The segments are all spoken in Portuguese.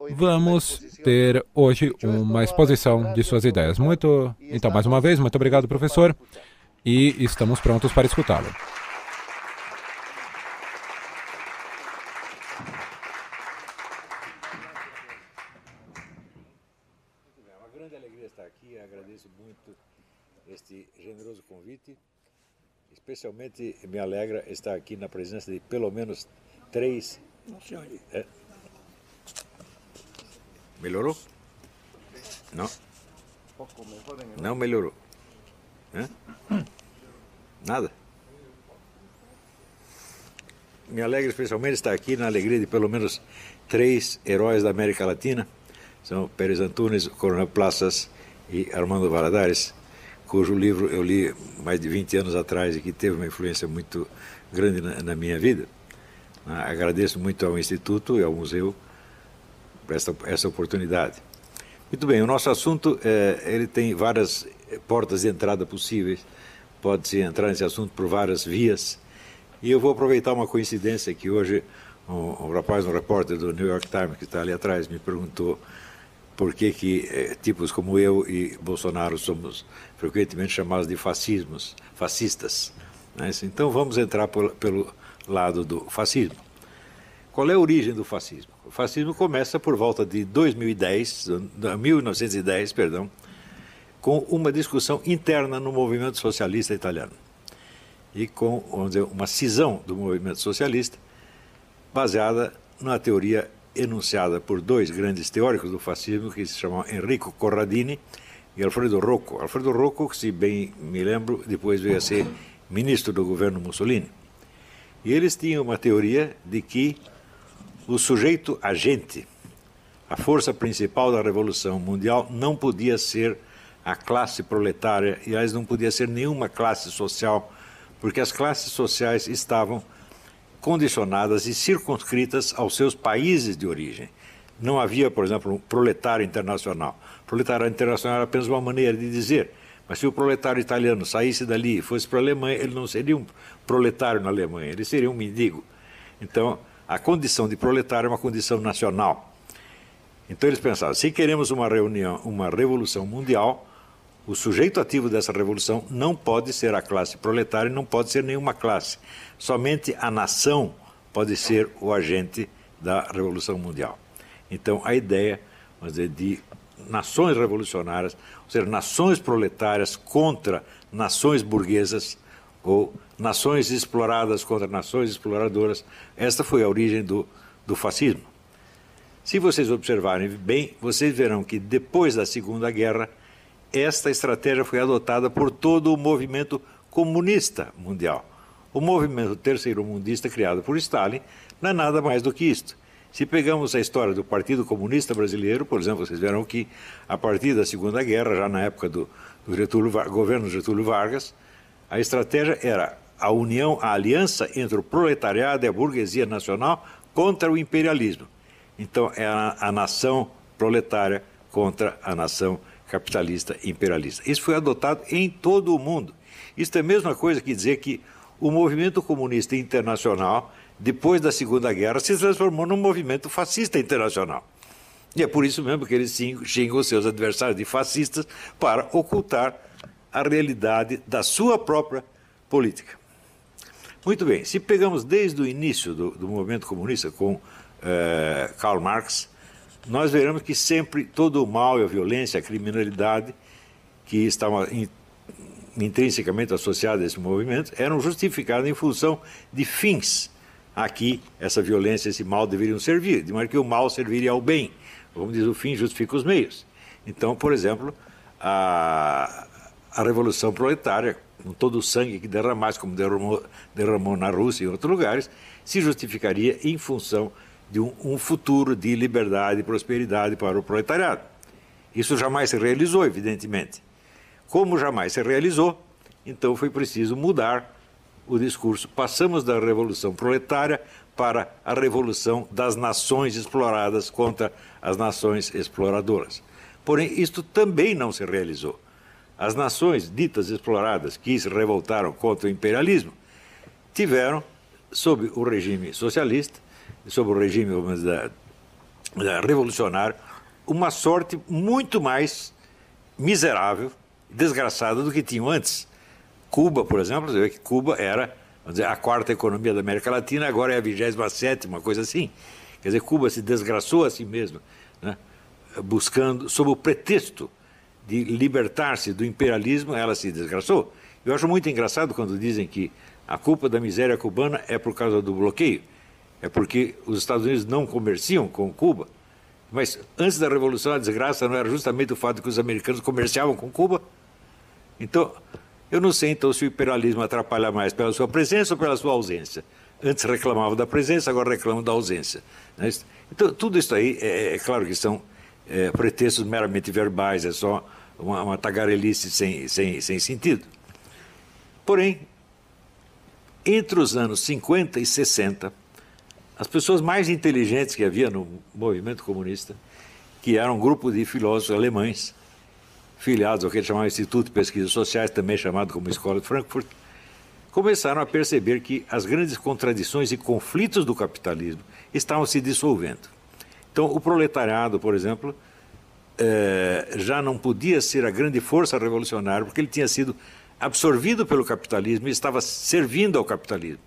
Vamos ter hoje uma exposição de suas ideias. Então, mais uma vez, muito obrigado, professor, e estamos prontos para escutá-lo. É uma grande alegria estar aqui. Agradeço muito este generoso convite. Especialmente me alegra estar aqui na presença de pelo menos 3... Melhorou? Não. Não melhorou. Nada. Me alegra especialmente estar aqui na alegria de pelo menos 3 heróis da América Latina. São Pérez Antunes, Coronel Plazas e Armando Valladares, cujo livro eu li mais de 20 anos atrás e que teve uma influência muito grande na minha vida. Agradeço muito ao Instituto e ao Museu por essa oportunidade. Muito bem, o nosso assunto ele tem várias portas de entrada possíveis. Pode-se entrar nesse assunto por várias vias. E eu vou aproveitar uma coincidência que hoje um repórter do New York Times, que está ali atrás, me perguntou por que tipos como eu e Bolsonaro somos frequentemente chamados de fascistas. Né? Então vamos entrar pelo lado do fascismo. Qual é a origem do fascismo? O fascismo começa por volta de 1910, com uma discussão interna no movimento socialista italiano e com, vamos dizer, uma cisão do movimento socialista baseada na teoria enunciada por 2 grandes teóricos do fascismo que se chamam Enrico Corradini e Alfredo Rocco. Alfredo Rocco, que, se bem me lembro, depois veio a ser ministro do governo Mussolini. E eles tinham uma teoria de que o sujeito agente, a força principal da Revolução Mundial, não podia ser a classe proletária, e aliás não podia ser nenhuma classe social, porque as classes sociais estavam condicionadas e circunscritas aos seus países de origem. Não havia, por exemplo, um proletário internacional. Proletário internacional era apenas uma maneira de dizer, mas se o proletário italiano saísse dali e fosse para a Alemanha, ele não seria um proletário na Alemanha, ele seria um mendigo. Então, a condição de proletário é uma condição nacional. Então eles pensavam, se queremos uma revolução mundial, o sujeito ativo dessa revolução não pode ser a classe proletária, não pode ser nenhuma classe. Somente a nação pode ser o agente da revolução mundial. Então a ideia, vamos dizer, de nações revolucionárias, ou seja, nações proletárias contra nações burguesas, ou nações exploradas contra nações exploradoras, esta foi a origem do fascismo. Se vocês observarem bem, vocês verão que depois da Segunda Guerra, esta estratégia foi adotada por todo o movimento comunista mundial. O movimento terceiro-mundista criado por Stalin não é nada mais do que isto. Se pegamos a história do Partido Comunista Brasileiro, por exemplo, vocês verão que a partir da Segunda Guerra, já na época do governo Getúlio Vargas, a estratégia era a aliança entre o proletariado e a burguesia nacional contra o imperialismo. Então, é a nação proletária contra a nação capitalista imperialista. Isso foi adotado em todo o mundo. Isso é a mesma coisa que dizer que o movimento comunista internacional, depois da Segunda Guerra, se transformou num movimento fascista internacional. E é por isso mesmo que eles xingam os seus adversários de fascistas para ocultar a realidade da sua própria política. Muito bem, se pegamos desde o início do movimento comunista com Karl Marx, nós veremos que sempre todo o mal, a violência, a criminalidade que estavam intrinsecamente associados a esse movimento eram justificados em função de fins a que essa violência, esse mal deveriam servir, de maneira que o mal serviria ao bem. Como diz o fim, justifica os meios. Então, por exemplo, a Revolução Proletária, com todo o sangue que derramasse, como derramou na Rússia e em outros lugares, se justificaria em função de um futuro de liberdade e prosperidade para o proletariado. Isso jamais se realizou, evidentemente. Como jamais se realizou, então foi preciso mudar o discurso. Passamos da Revolução Proletária para a Revolução das Nações Exploradas contra as nações exploradoras. Porém, isto também não se realizou. As nações ditas exploradas que se revoltaram contra o imperialismo tiveram, sob o regime socialista, sob o regime revolucionário, uma sorte muito mais miserável, desgraçada do que tinham antes. Cuba, por exemplo, você vê que Cuba era, vamos dizer, a quarta economia da América Latina, agora é a 27ª, uma coisa assim. Quer dizer, Cuba se desgraçou a si mesma, né? Buscando, sob o pretexto de libertar-se do imperialismo, ela se desgraçou. Eu acho muito engraçado quando dizem que a culpa da miséria cubana é por causa do bloqueio, é porque os Estados Unidos não comerciam com Cuba. Mas antes da Revolução, a desgraça não era justamente o fato de que os americanos comerciavam com Cuba? Então, eu não sei então se o imperialismo atrapalha mais pela sua presença ou pela sua ausência. Antes reclamavam da presença, agora reclamam da ausência. Então, tudo isso aí, é claro que são pretextos meramente verbais, é só uma tagarelice sem sentido. Porém, entre os anos 50 e 60, as pessoas mais inteligentes que havia no movimento comunista, que era um grupo de filósofos alemães, filiados ao que eles chamavam Instituto de Pesquisas Sociais, também chamado como Escola de Frankfurt, começaram a perceber que as grandes contradições e conflitos do capitalismo estavam se dissolvendo. Então, o proletariado, por exemplo, já não podia ser a grande força revolucionária, porque ele tinha sido absorvido pelo capitalismo e estava servindo ao capitalismo.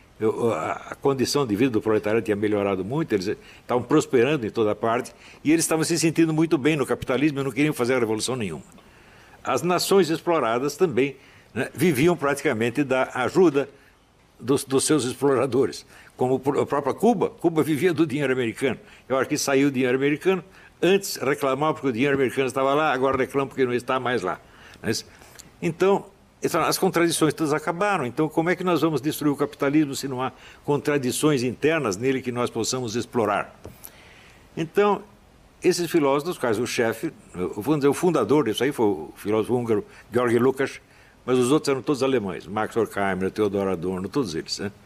A condição de vida do proletariado tinha melhorado muito, eles estavam prosperando em toda parte e eles estavam se sentindo muito bem no capitalismo e não queriam fazer revolução nenhuma. As nações exploradas também, né, viviam praticamente da ajuda dos seus exploradores, como a própria Cuba. Cuba vivia do dinheiro americano. Eu acho que saiu o dinheiro americano, antes reclamava porque o dinheiro americano estava lá, agora reclama porque não está mais lá. Então, as contradições todas acabaram. Então, como é que nós vamos destruir o capitalismo se não há contradições internas nele que nós possamos explorar? Então, esses filósofos, no caso o chefe, vamos dizer, o fundador disso aí foi o filósofo húngaro Georg Lukács, mas os outros eram todos alemães, Max Horkheimer, Theodor Adorno, todos eles. Né?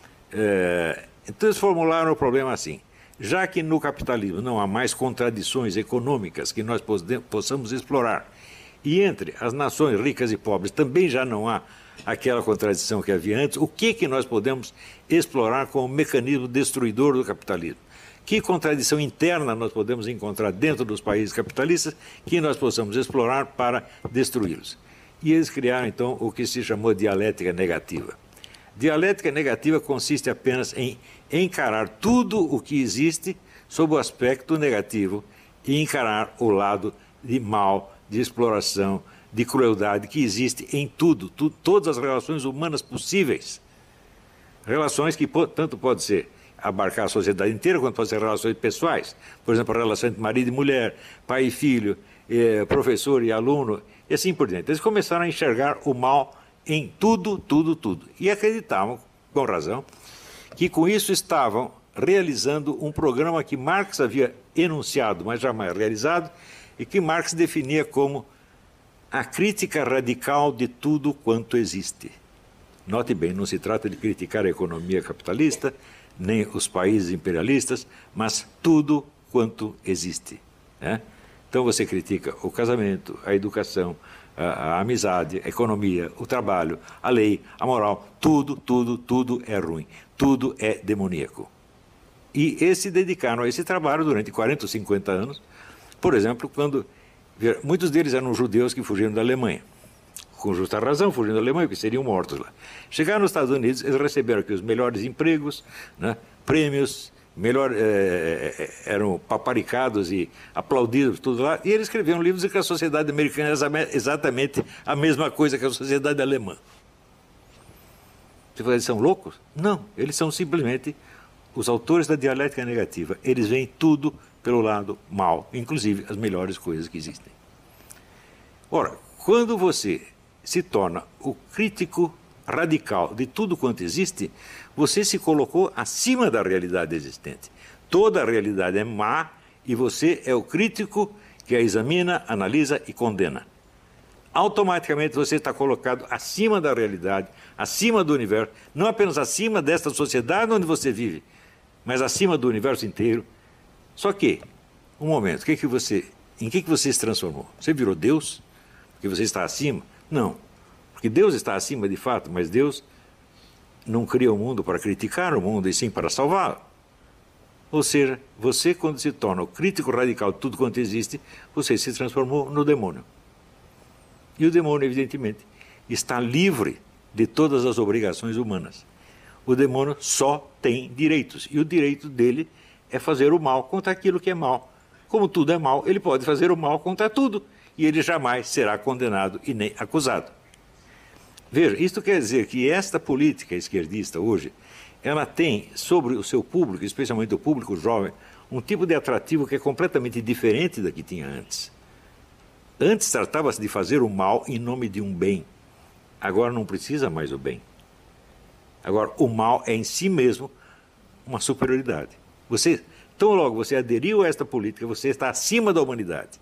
Então, eles formularam o problema assim: já que no capitalismo não há mais contradições econômicas que nós possamos explorar, e entre as nações ricas e pobres também já não há aquela contradição que havia antes, o que nós podemos explorar como mecanismo destruidor do capitalismo? Que contradição interna nós podemos encontrar dentro dos países capitalistas que nós possamos explorar para destruí-los? E eles criaram, então, o que se chamou dialética negativa. Dialética negativa consiste apenas em encarar tudo o que existe sob o aspecto negativo e encarar o lado de mal, de exploração, de crueldade que existe em tudo, todas as relações humanas possíveis. Relações que tanto pode ser abarcar a sociedade inteira, quanto pode ser relações pessoais. Por exemplo, a relação entre marido e mulher, pai e filho, professor e aluno, e assim por diante. Eles começaram a enxergar o mal em tudo. E acreditavam, com razão, que com isso estavam realizando um programa que Marx havia enunciado, mas jamais realizado, e que Marx definia como a crítica radical de tudo quanto existe. Note bem, não se trata de criticar a economia capitalista, nem os países imperialistas, mas tudo quanto existe. Né? Então você critica o casamento, a educação, a amizade, a economia, o trabalho, a lei, a moral, tudo é ruim, tudo é demoníaco. E eles se dedicaram a esse trabalho durante 40 ou 50 anos, por exemplo, quando muitos deles eram judeus que fugiram da Alemanha, com justa razão, fugindo da Alemanha, porque seriam mortos lá. Chegaram nos Estados Unidos, eles receberam aqui os melhores empregos, né, prêmios, eram paparicados e aplaudidos, tudo lá, e eles escreveram livros de que a sociedade americana é exatamente a mesma coisa que a sociedade alemã. Você fala, eles são loucos? Não, eles são simplesmente os autores da dialética negativa. Eles veem tudo pelo lado mal, inclusive as melhores coisas que existem. Ora, quando você se torna o crítico radical de tudo quanto existe, você se colocou acima da realidade existente. Toda a realidade é má e você é o crítico que a examina, analisa e condena. Automaticamente você está colocado acima da realidade, acima do universo, não apenas acima desta sociedade onde você vive, mas acima do universo inteiro. Só que, um momento, em que você se transformou? Você virou Deus? Porque você está acima? Não. Porque Deus está acima de fato, mas Deus não cria o mundo para criticar o mundo, e sim para salvá-lo. Ou seja, você, quando se torna o crítico radical de tudo quanto existe, você se transformou no demônio. E o demônio, evidentemente, está livre de todas as obrigações humanas. O demônio só tem direitos, e o direito dele é fazer o mal contra aquilo que é mal. Como tudo é mal, ele pode fazer o mal contra tudo, e ele jamais será condenado e nem acusado. Veja, isto quer dizer que esta política esquerdista hoje, ela tem sobre o seu público, especialmente o público jovem, um tipo de atrativo que é completamente diferente da que tinha antes. Antes tratava-se de fazer o mal em nome de um bem. Agora não precisa mais o bem. Agora, o mal é em si mesmo uma superioridade. Tão logo você aderiu a esta política, você está acima da humanidade.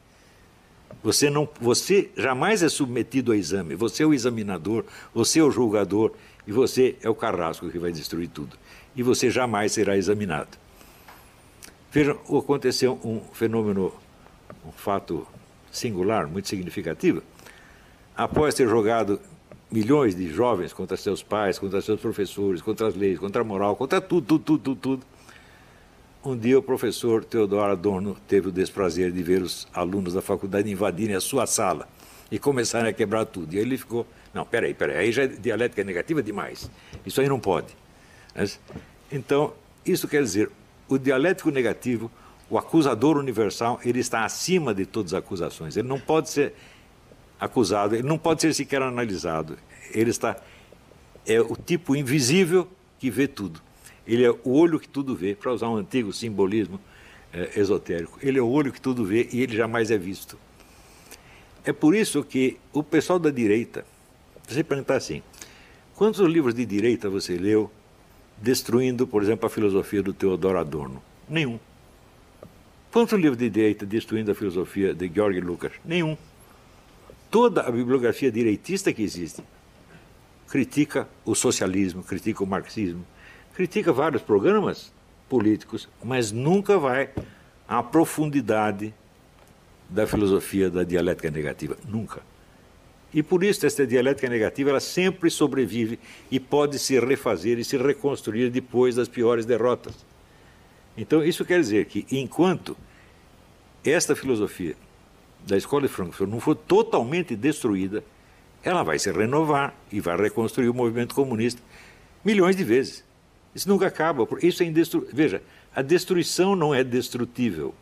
Você jamais é submetido a exame. Você é o examinador, você é o julgador e você é o carrasco que vai destruir tudo. E você jamais será examinado. Vejam, aconteceu um fenômeno, um fato singular, muito significativo. Após ter jogado milhões de jovens contra seus pais, contra seus professores, contra as leis, contra a moral, contra tudo. Um dia o professor Teodoro Adorno teve o desprazer de ver os alunos da faculdade invadirem a sua sala e começarem a quebrar tudo. E ele ficou, não, peraí, aí já é dialética negativa demais. Isso aí não pode. Então, isso quer dizer, o dialético negativo, o acusador universal, ele está acima de todas as acusações. Ele não pode ser acusado, ele não pode ser sequer analisado. É o tipo invisível que vê tudo. Ele é o olho que tudo vê, para usar um antigo simbolismo esotérico. Ele é o olho que tudo vê e ele jamais é visto. É por isso que o pessoal da direita, você perguntar assim, quantos livros de direita você leu destruindo, por exemplo, a filosofia do Teodoro Adorno? Nenhum. Quantos livros de direita destruindo a filosofia de Georg Lukács? Nenhum. Toda a bibliografia direitista que existe critica o socialismo, critica o marxismo, critica vários programas políticos, mas nunca vai à profundidade da filosofia da dialética negativa. Nunca. E por isso esta dialética negativa ela sempre sobrevive e pode se refazer e se reconstruir depois das piores derrotas. Então isso quer dizer que enquanto esta filosofia da Escola de Frankfurt não for totalmente destruída, ela vai se renovar e vai reconstruir o movimento comunista milhões de vezes. Isso nunca acaba. Isso é Veja, a destruição não é destrutível.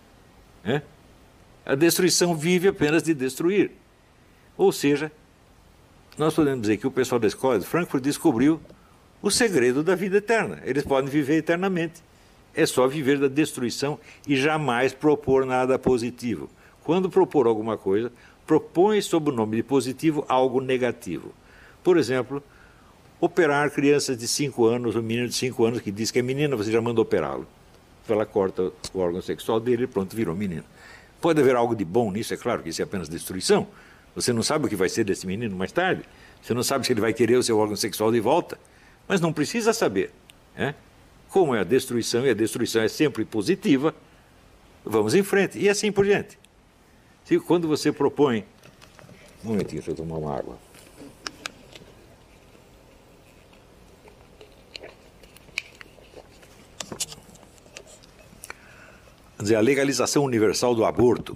A destruição vive apenas de destruir. Ou seja, nós podemos dizer que o pessoal da Escola de Frankfurt descobriu o segredo da vida eterna. Eles podem viver eternamente. É só viver da destruição e jamais propor nada positivo. Quando propor alguma coisa, propõe sob o nome de positivo algo negativo. Por exemplo, operar crianças de 5 anos, um menino de 5 anos que diz que é menina, você já manda operá-lo. Ela corta o órgão sexual dele e pronto, virou menino. Pode haver algo de bom nisso, é claro que isso é apenas destruição. Você não sabe o que vai ser desse menino mais tarde. Você não sabe se ele vai querer o seu órgão sexual de volta. Mas não precisa saber. Como é a destruição, e a destruição é sempre positiva, vamos em frente. E assim por diante. Quando você propõe... Um momentinho, deixa eu tomar uma água. Quer dizer, a legalização universal do aborto.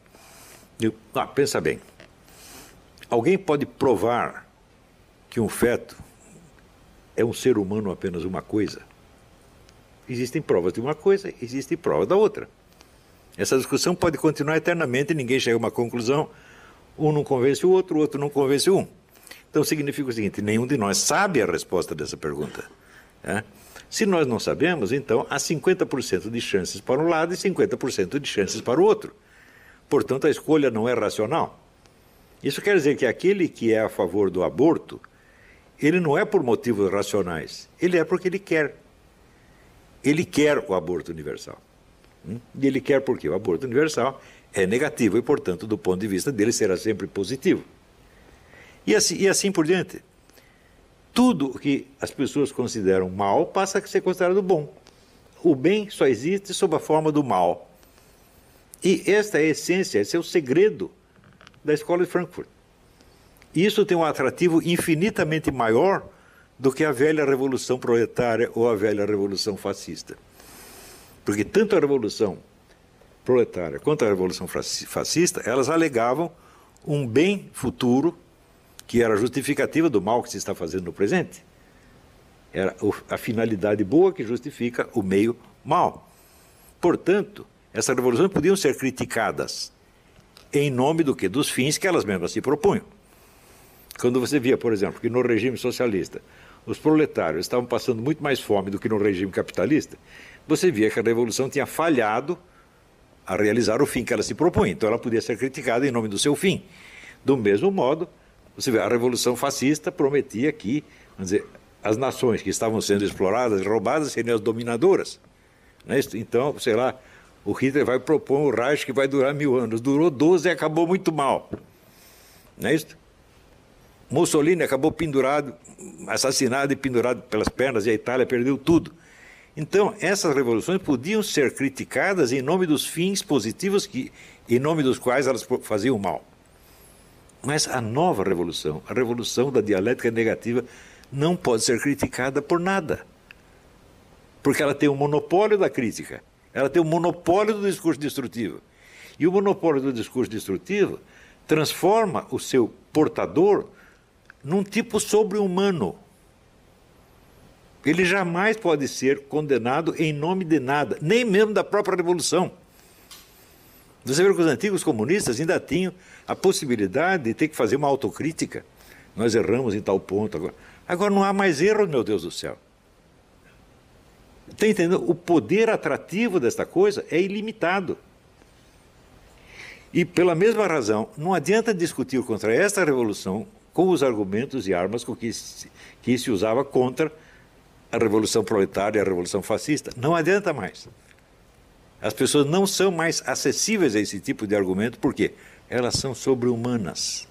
Pensa bem. Alguém pode provar que um feto é um ser humano apenas uma coisa? Existem provas de uma coisa, existem provas da outra. Essa discussão pode continuar eternamente, ninguém chega a uma conclusão, um não convence o outro não convence um. Então significa o seguinte, nenhum de nós sabe a resposta dessa pergunta. Se nós não sabemos, então há 50% de chances para um lado e 50% de chances para o outro. Portanto, a escolha não é racional. Isso quer dizer que aquele que é a favor do aborto, ele não é por motivos racionais, ele é porque ele quer. Ele quer o aborto universal. E ele quer porque o aborto universal é negativo e, portanto, do ponto de vista dele, será sempre positivo. E assim por diante. Tudo que as pessoas consideram mal passa a ser considerado bom. O bem só existe sob a forma do mal. E esta é a essência, esse é o segredo da Escola de Frankfurt. Isso tem um atrativo infinitamente maior do que a velha revolução proletária ou a velha revolução fascista. Porque tanto a Revolução Proletária quanto a Revolução Fascista, elas alegavam um bem futuro que era justificativa do mal que se está fazendo no presente. Era a finalidade boa que justifica o meio mal. Portanto, essas revoluções podiam ser criticadas em nome do quê? Dos fins que elas mesmas se propunham. Quando você via, por exemplo, que no regime socialista os proletários estavam passando muito mais fome do que no regime capitalista, você via que a revolução tinha falhado a realizar o fim que ela se propunha. Então ela podia ser criticada em nome do seu fim. Do mesmo modo, você vê, a revolução fascista prometia que, vamos dizer, as nações que estavam sendo exploradas e roubadas seriam as dominadoras. Não é isso? Então, sei lá, o Hitler vai propor um Reich que vai durar 1000 anos. Durou 12 e acabou muito mal. Não é isso? Mussolini acabou pendurado, assassinado e pendurado pelas pernas, e a Itália perdeu tudo. Então, essas revoluções podiam ser criticadas em nome dos fins positivos em nome dos quais elas faziam mal. Mas a nova revolução, a revolução da dialética negativa, não pode ser criticada por nada. Porque ela tem o monopólio da crítica, ela tem o monopólio do discurso destrutivo. E o monopólio do discurso destrutivo transforma o seu portador num tipo sobre-humano. Ele jamais pode ser condenado em nome de nada, nem mesmo da própria revolução. Você vê que os antigos comunistas ainda tinham a possibilidade de ter que fazer uma autocrítica. Nós erramos em tal ponto agora. Agora não há mais erro, meu Deus do céu. Está entendendo? O poder atrativo desta coisa é ilimitado. E pela mesma razão, não adianta discutir contra esta revolução com os argumentos e armas com que se usava contra a Revolução Proletária e a Revolução Fascista. Não adianta mais. As pessoas não são mais acessíveis a esse tipo de argumento, por quê? Elas são sobre-humanas.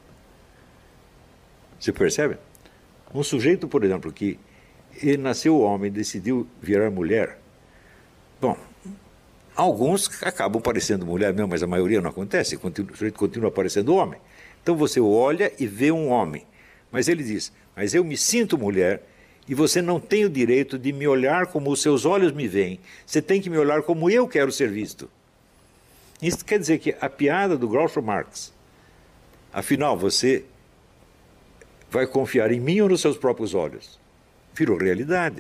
Você percebe? Um sujeito, por exemplo, que ele nasceu homem e decidiu virar mulher, bom, alguns acabam parecendo mulher mesmo, mas a maioria não acontece, o sujeito continua parecendo homem. Então você olha e vê um homem, mas ele diz, mas eu me sinto mulher e você não tem o direito de me olhar como os seus olhos me veem, você tem que me olhar como eu quero ser visto. Isso quer dizer que a piada do Groucho Marx, afinal, você vai confiar em mim ou nos seus próprios olhos? Virou realidade.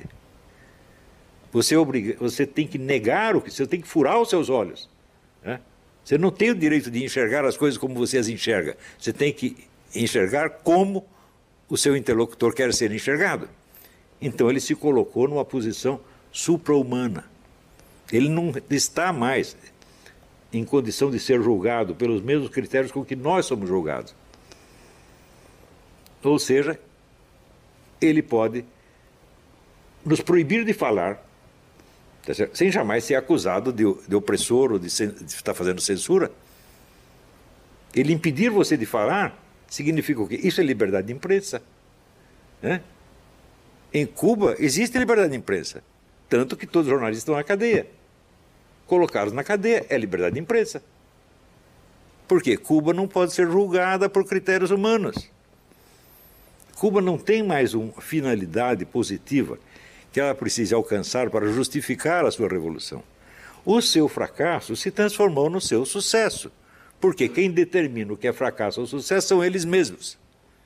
Você tem que negar você tem que furar os seus olhos. Né? Você não tem o direito de enxergar as coisas como você as enxerga. Você tem que enxergar como o seu interlocutor quer ser enxergado. Então ele se colocou numa posição supra-humana. Ele não está mais em condição de ser julgado pelos mesmos critérios com que nós somos julgados. Ou seja, ele pode nos proibir de falar, sem jamais ser acusado de opressor ou de estar fazendo censura. Ele impedir você de falar significa o quê? Isso é liberdade de imprensa. Né? Em Cuba existe liberdade de imprensa, tanto que todos os jornalistas estão na cadeia. Colocá-los na cadeia é liberdade de imprensa. Por quê? Cuba não pode ser julgada por critérios humanos. Cuba não tem mais uma finalidade positiva que ela precise alcançar para justificar a sua revolução. O seu fracasso se transformou no seu sucesso, porque quem determina o que é fracasso ou sucesso são eles mesmos.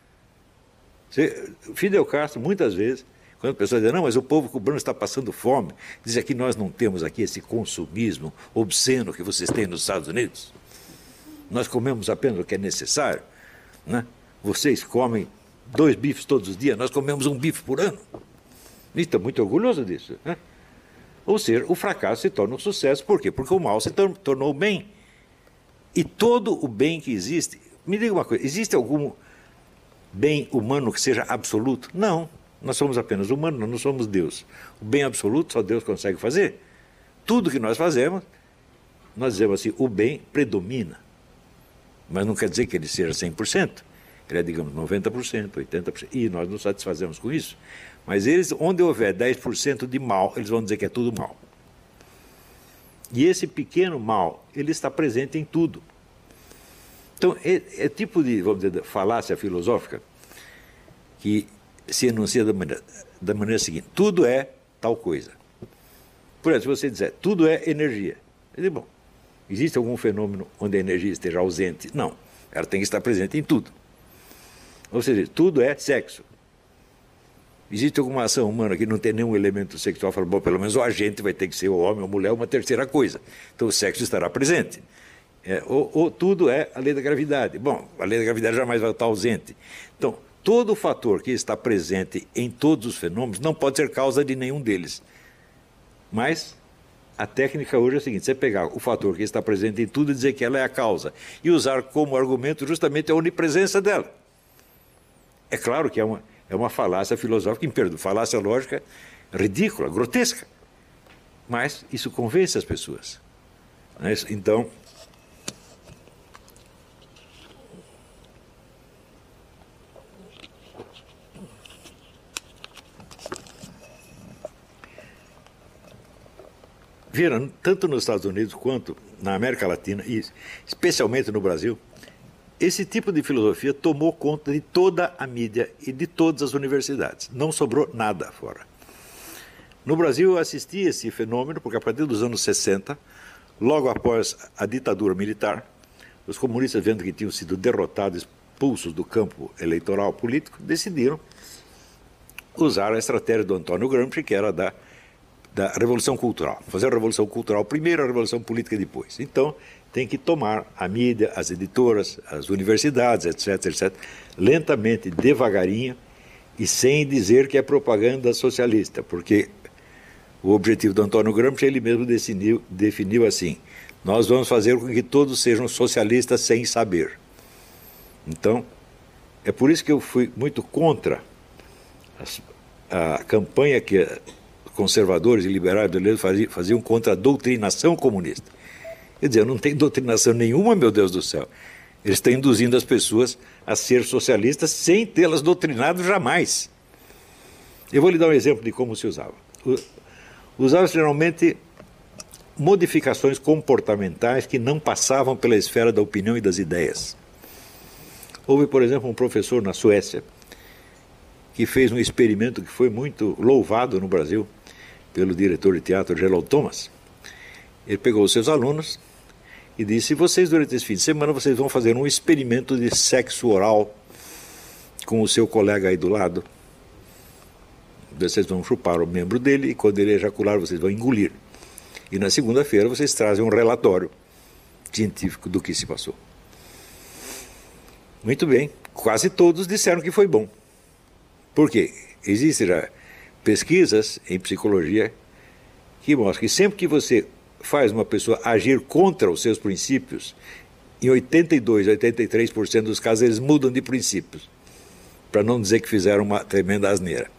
Fidel Castro, muitas vezes, quando a pessoa diz, não, mas o povo cubano está passando fome, diz que nós não temos aqui esse consumismo obsceno que vocês têm nos Estados Unidos. Nós comemos apenas o que é necessário. Né? Vocês comem 2 bifes todos os dias, nós comemos 1 bife por ano. E estou muito orgulhoso disso. Né? Ou seja, o fracasso se torna um sucesso. Por quê? Porque o mal se tornou bem. E todo o bem que existe... Me diga uma coisa, existe algum bem humano que seja absoluto? Não. Nós somos apenas humanos, nós não somos Deus. O bem absoluto só Deus consegue fazer. Tudo que nós fazemos, nós dizemos assim, o bem predomina. Mas não quer dizer que ele seja 100%. Ele é, digamos, 90%, 80%, e nós nos satisfazemos com isso. Mas eles, onde houver 10% de mal, eles vão dizer que é tudo mal. E esse pequeno mal, ele está presente em tudo. Então, é tipo de, vamos dizer, falácia filosófica que se enuncia da maneira seguinte, tudo é tal coisa. Por exemplo, se você disser, tudo é energia. Eu digo, bom, existe algum fenômeno onde a energia esteja ausente? Não, ela tem que estar presente em tudo. Ou seja, tudo é sexo. Existe alguma ação humana que não tem nenhum elemento sexual? Fala, bom, pelo menos o agente vai ter que ser o homem ou a mulher, uma terceira coisa. Então o sexo estará presente. Ou tudo é a lei da gravidade. Bom, a lei da gravidade jamais vai estar ausente. Então, todo fator que está presente em todos os fenômenos não pode ser causa de nenhum deles. Mas a técnica hoje é a seguinte, você pegar o fator que está presente em tudo e dizer que ela é a causa e usar como argumento justamente a onipresença dela. É claro que é uma falácia filosófica, falácia lógica ridícula, grotesca. Mas isso convence as pessoas. Então, viram, tanto nos Estados Unidos quanto na América Latina, e especialmente no Brasil, esse tipo de filosofia tomou conta de toda a mídia e de todas as universidades. Não sobrou nada fora. No Brasil, eu assisti esse fenômeno, porque a partir dos anos 60, logo após a ditadura militar, os comunistas, vendo que tinham sido derrotados, expulsos do campo eleitoral político, decidiram usar a estratégia do Antônio Gramsci, que era da Revolução Cultural. Fazer a Revolução Cultural primeiro, a Revolução Política depois. Então, tem que tomar a mídia, as editoras, as universidades, etc., etc., lentamente, devagarinho, e sem dizer que é propaganda socialista, porque o objetivo do Antônio Gramsci, ele mesmo definiu assim, nós vamos fazer com que todos sejam socialistas sem saber. Então, é por isso que eu fui muito contra a campanha que conservadores e liberais brasileiros faziam contra a doutrinação comunista. Quer dizer, não tem doutrinação nenhuma, meu Deus do céu. Eles estão induzindo as pessoas a ser socialistas sem tê-las doutrinado jamais. Eu vou lhe dar um exemplo de como se usava. Usava geralmente modificações comportamentais que não passavam pela esfera da opinião e das ideias. Houve, por exemplo, um professor na Suécia que fez um experimento que foi muito louvado no Brasil pelo diretor de teatro Gerald Thomas. Ele pegou os seus alunos e disse, vocês durante esse fim de semana vocês vão fazer um experimento de sexo oral com o seu colega aí do lado. Vocês vão chupar o membro dele e quando ele ejacular vocês vão engolir. E na segunda-feira vocês trazem um relatório científico do que se passou. Muito bem, quase todos disseram que foi bom. Por quê? Existem já pesquisas em psicologia que mostram que sempre que você faz uma pessoa agir contra os seus princípios, em 82%, 83% dos casos eles mudam de princípios, para não dizer que fizeram uma tremenda asneira.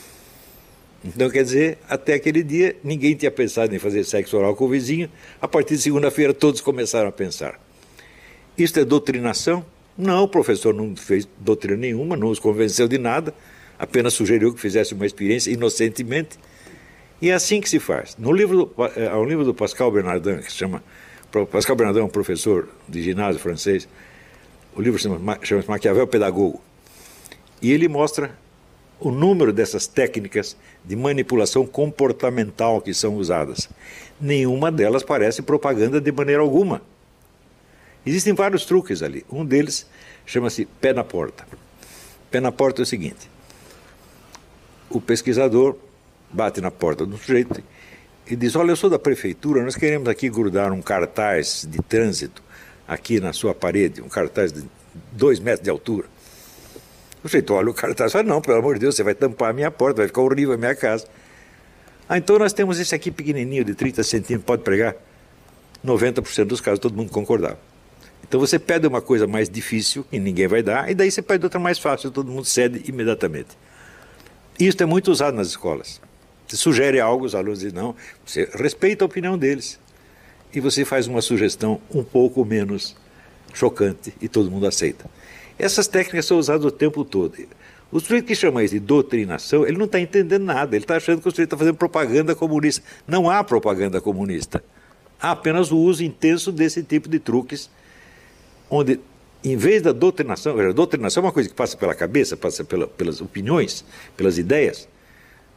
Então, quer dizer, até aquele dia ninguém tinha pensado em fazer sexo oral com o vizinho, a partir de segunda-feira todos começaram a pensar. Isto é doutrinação? Não, o professor não fez doutrina nenhuma, não os convenceu de nada, apenas sugeriu que fizesse uma experiência inocentemente. E é assim que se faz. Há um livro do Pascal Bernardin, que se chama... Pascal Bernardin é um professor de ginásio francês. O livro chama-se Maquiavel Pedagogo. E ele mostra o número dessas técnicas de manipulação comportamental que são usadas. Nenhuma delas parece propaganda de maneira alguma. Existem vários truques ali. Um deles chama-se pé na porta. Pé na porta é o seguinte. O pesquisador bate na porta do sujeito e diz, olha, eu sou da prefeitura, nós queremos aqui grudar um cartaz de trânsito aqui na sua parede, um cartaz de 2 metros de altura. O sujeito olha o cartaz e fala, não, pelo amor de Deus, você vai tampar a minha porta, vai ficar horrível a minha casa. Ah, então nós temos esse aqui pequenininho de 30 centímetros, pode pregar? 90% dos casos todo mundo concordava. Então você pede uma coisa mais difícil, e ninguém vai dar, e daí você pede outra mais fácil, todo mundo cede imediatamente. Isso é muito usado nas escolas. Você sugere algo, os alunos dizem não, você respeita a opinião deles. E você faz uma sugestão um pouco menos chocante e todo mundo aceita. Essas técnicas são usadas o tempo todo. O sujeito que chama isso de doutrinação, ele não está entendendo nada, ele está achando que o sujeito está fazendo propaganda comunista. Não há propaganda comunista. Há apenas o uso intenso desse tipo de truques, onde, em vez da doutrinação, a doutrinação é uma coisa que passa pela cabeça, passa pelas opiniões, pelas ideias.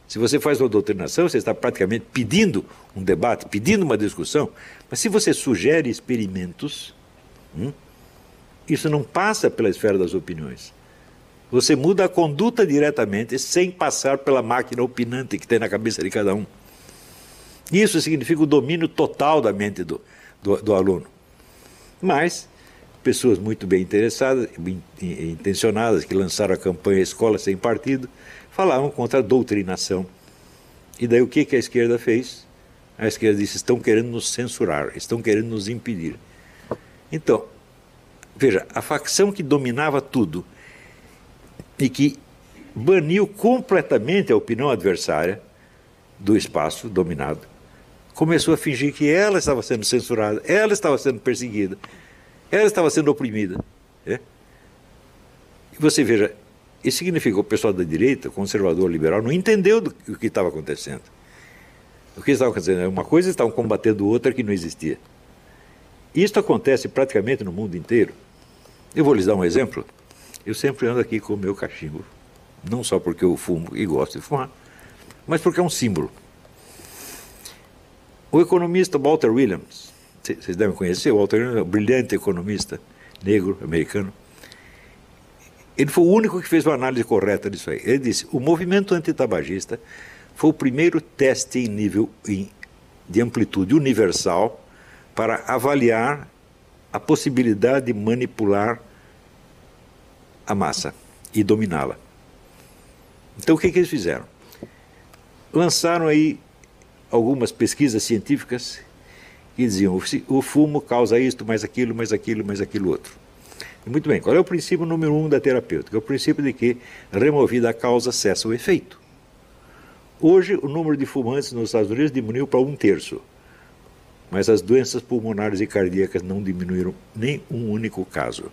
Se você faz uma doutrinação, você está praticamente pedindo um debate, pedindo uma discussão. Mas se você sugere experimentos, isso não passa pela esfera das opiniões. Você muda a conduta diretamente, sem passar pela máquina opinante que tem na cabeça de cada um. Isso significa o domínio total da mente do aluno. Mas pessoas muito bem interessadas, intencionadas, que lançaram a campanha Escola Sem Partido, falavam contra a doutrinação. E daí o que a esquerda fez? A esquerda disse, estão querendo nos censurar, estão querendo nos impedir. Então, veja, a facção que dominava tudo e que baniu completamente a opinião adversária do espaço dominado, começou a fingir que ela estava sendo censurada, ela estava sendo perseguida, ela estava sendo oprimida. E você veja, isso significa que o pessoal da direita, conservador, liberal, não entendeu o que estava acontecendo. O que estava acontecendo? Uma coisa, estavam combatendo outra que não existia. Isso acontece praticamente no mundo inteiro. Eu vou lhes dar um exemplo. Eu sempre ando aqui com o meu cachimbo. Não só porque eu fumo e gosto de fumar, mas porque é um símbolo. O economista Walter Williams, vocês devem conhecer, o Walter Williams é um brilhante economista negro, americano. Ele foi o único que fez uma análise correta disso aí. Ele disse, o movimento antitabagista foi o primeiro teste em nível de amplitude universal para avaliar a possibilidade de manipular a massa e dominá-la. Então o que eles fizeram? Lançaram aí algumas pesquisas científicas que diziam o fumo causa isto, mais aquilo, mais aquilo, mais aquilo outro. E muito bem, qual é o princípio número 1 da terapêutica? É o princípio de que, removida a causa, cessa o efeito. Hoje, o número de fumantes nos Estados Unidos diminuiu para 1/3, mas as doenças pulmonares e cardíacas não diminuíram nem um único caso.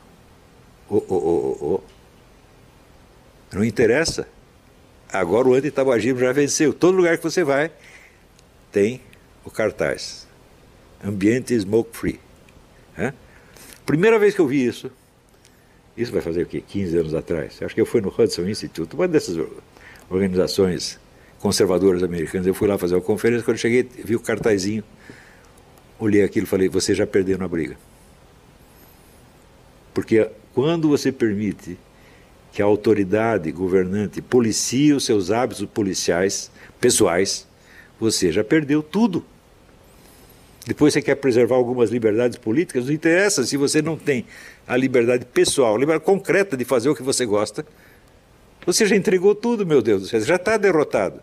Não interessa. Agora o antitabagismo já venceu. Todo lugar que você vai tem o cartaz. Ambiente smoke free. Primeira vez que eu vi isso vai fazer o quê? 15 anos atrás. Acho que eu fui no Hudson Institute, uma dessas organizações conservadoras americanas. Eu fui lá fazer uma conferência, quando eu cheguei, vi o cartazinho, olhei aquilo e falei, você já perdeu na briga. Porque quando você permite que a autoridade governante policie os seus hábitos policiais, pessoais, você já perdeu tudo. Depois você quer preservar algumas liberdades políticas, não interessa se você não tem a liberdade pessoal, a liberdade concreta de fazer o que você gosta, você já entregou tudo, meu Deus do céu, já está derrotado.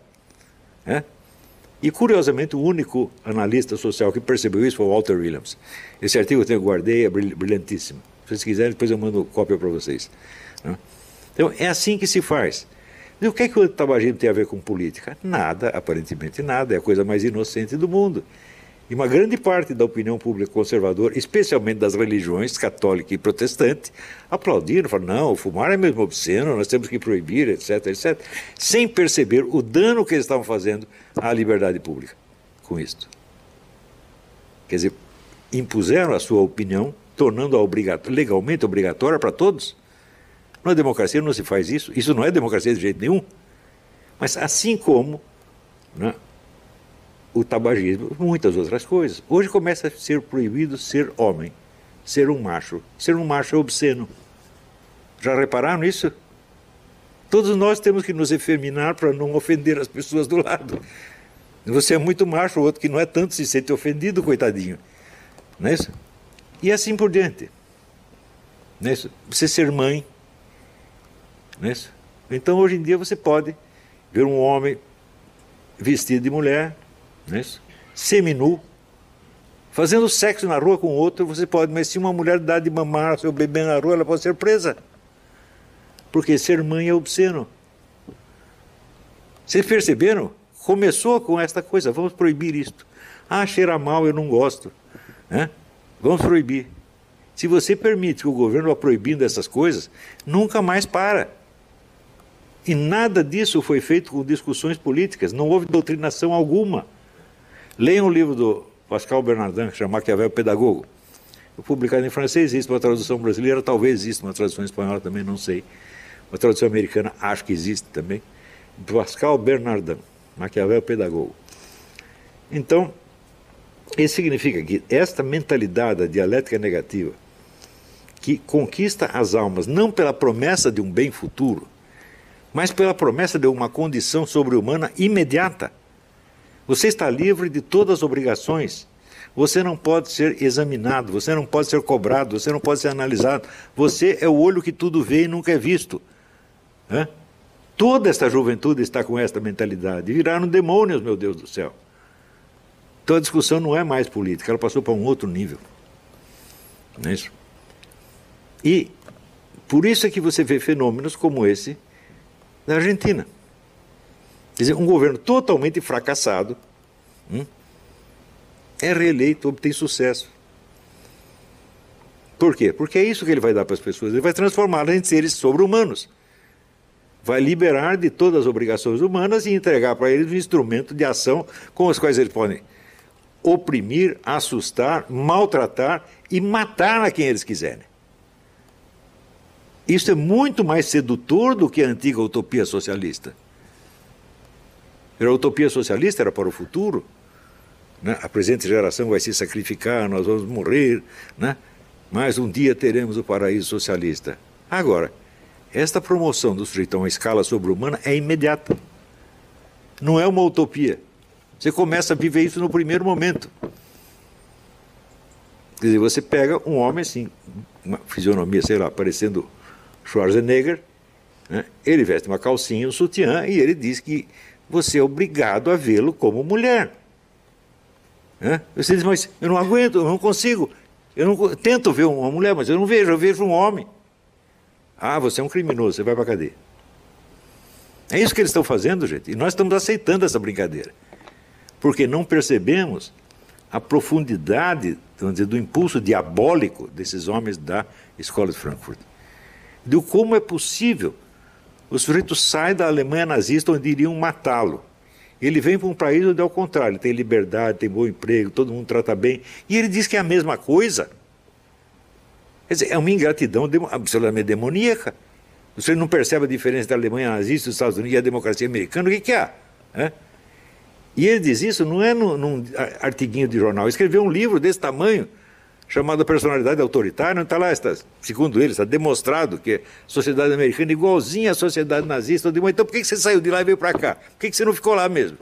E curiosamente o único analista social que percebeu isso foi o Walter Williams. Esse artigo eu guardei, é brilhantíssimo. Se vocês quiserem, depois eu mando cópia para vocês. Então é assim que se faz. E o que é que o tabagismo tem a ver com política? Nada, aparentemente nada, é a coisa mais inocente do mundo. E uma grande parte da opinião pública conservadora, especialmente das religiões católica e protestante, aplaudiram, falaram, não, fumar é mesmo obsceno, nós temos que proibir, etc, etc, sem perceber o dano que eles estavam fazendo à liberdade pública com isto. Quer dizer, impuseram a sua opinião, tornando-a legalmente obrigatória para todos. Na democracia não se faz isso, isso não é democracia de jeito nenhum. Mas assim como o tabagismo, muitas outras coisas. Hoje começa a ser proibido ser homem, ser um macho. Ser um macho é obsceno. Já repararam nisso? Todos nós temos que nos efeminar para não ofender as pessoas do lado. Você é muito macho, o outro que não é tanto se sente ofendido, coitadinho. Não é isso? E assim por diante. Não é isso? Você ser mãe. Não é isso? Então hoje em dia você pode ver um homem vestido de mulher, não é isso? Seminu, fazendo sexo na rua com outro, você pode, mas se uma mulher dá de mamar ao seu bebê na rua, ela pode ser presa. Porque ser mãe é obsceno. Vocês perceberam? Começou com esta coisa, vamos proibir isto. Ah, cheira mal, eu não gosto. Vamos proibir. Se você permite que o governo vá proibindo essas coisas, nunca mais para. E nada disso foi feito com discussões políticas, não houve doutrinação alguma. Leiam o livro do Pascal Bernardin, que chama Maquiavel Pedagogo. Publicado em francês, existe uma tradução brasileira, talvez exista uma tradução espanhola também, não sei. Uma tradução americana, acho que existe também. Pascal Bernardin, Maquiavel pedagogo. Então, isso significa que esta mentalidade da dialética negativa, que conquista as almas não pela promessa de um bem futuro, mas pela promessa de uma condição sobre-humana imediata. Você está livre de todas as obrigações. Você não pode ser examinado, você não pode ser cobrado, você não pode ser analisado. Você é o olho que tudo vê e nunca é visto. Toda esta juventude está com esta mentalidade. Viraram demônios, meu Deus do céu. Então a discussão não é mais política, ela passou para um outro nível. Não é isso? E por isso é que você vê fenômenos como esse na Argentina. Quer dizer, um governo totalmente fracassado é reeleito, obtém sucesso. Por quê? Porque é isso que ele vai dar para as pessoas. Ele vai transformá-las em seres sobre-humanos. Vai liberar de todas as obrigações humanas e entregar para eles um instrumento de ação com os quais eles podem oprimir, assustar, maltratar e matar a quem eles quiserem. Isso é muito mais sedutor do que a antiga utopia socialista. A utopia socialista era para o futuro. Né? A presente geração vai se sacrificar, nós vamos morrer, né? Mas um dia teremos o paraíso socialista. Agora, esta promoção do sujeito a uma escala sobre-humana é imediata. Não é uma utopia. Você começa a viver isso no primeiro momento. Quer dizer, você pega um homem assim, uma fisionomia, sei lá, parecendo Schwarzenegger, né? Ele veste uma calcinha, um sutiã, e ele diz que você é obrigado a vê-lo como mulher. Você diz, mas eu não aguento, eu não consigo, tento ver uma mulher, mas eu vejo um homem. Ah, você é um criminoso, você vai para a cadeia. É isso que eles estão fazendo, gente, e nós estamos aceitando essa brincadeira, porque não percebemos a profundidade, vamos dizer, do impulso diabólico desses homens da Escola de Frankfurt. De como é possível o sujeito sai da Alemanha nazista onde iriam matá-lo. Ele vem para um país onde é o contrário, ele tem liberdade, tem bom emprego, todo mundo trata bem, e ele diz que é a mesma coisa. Quer dizer, é uma ingratidão absolutamente demoníaca. Você não percebe a diferença da Alemanha nazista, dos Estados Unidos e a democracia americana, o que há? E ele diz isso não é num artiguinho de jornal, ele escreveu um livro desse tamanho, chamado Personalidade Autoritária, onde está lá, segundo ele, está demonstrado que a sociedade americana é igualzinha à sociedade nazista. Então por que você saiu de lá e veio para cá? Por que você não ficou lá mesmo?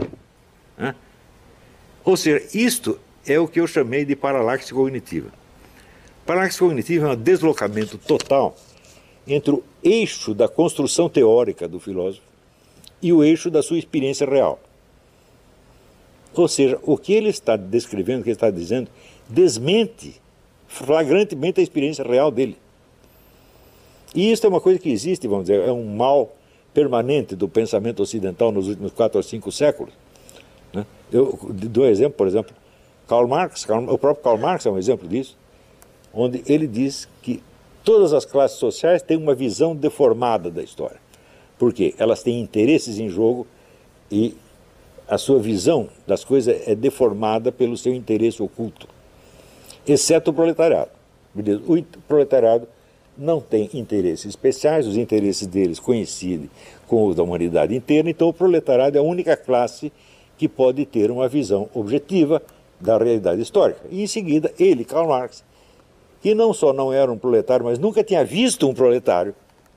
Ou seja, isto é o que eu chamei de paralaxe cognitiva. Paralaxe cognitiva é um deslocamento total entre o eixo da construção teórica do filósofo e o eixo da sua experiência real. Ou seja, o que ele está descrevendo, o que ele está dizendo, desmente flagrantemente a experiência real dele. E isso é uma coisa que existe, vamos dizer, é um mal permanente do pensamento ocidental nos últimos 4 ou 5 séculos. Né? Eu dou um exemplo, por exemplo, Karl Marx, o próprio Karl Marx é um exemplo disso, onde ele diz que todas as classes sociais têm uma visão deformada da história. Por quê? Elas têm interesses em jogo e a sua visão das coisas é deformada pelo seu interesse oculto. Exceto o proletariado. O proletariado não tem interesses especiais, os interesses deles coincidem com os da humanidade inteira, então o proletariado é a única classe que pode ter uma visão objetiva da realidade histórica. E em seguida, ele, Karl Marx, que não só não era um proletário, mas nunca tinha visto um proletário,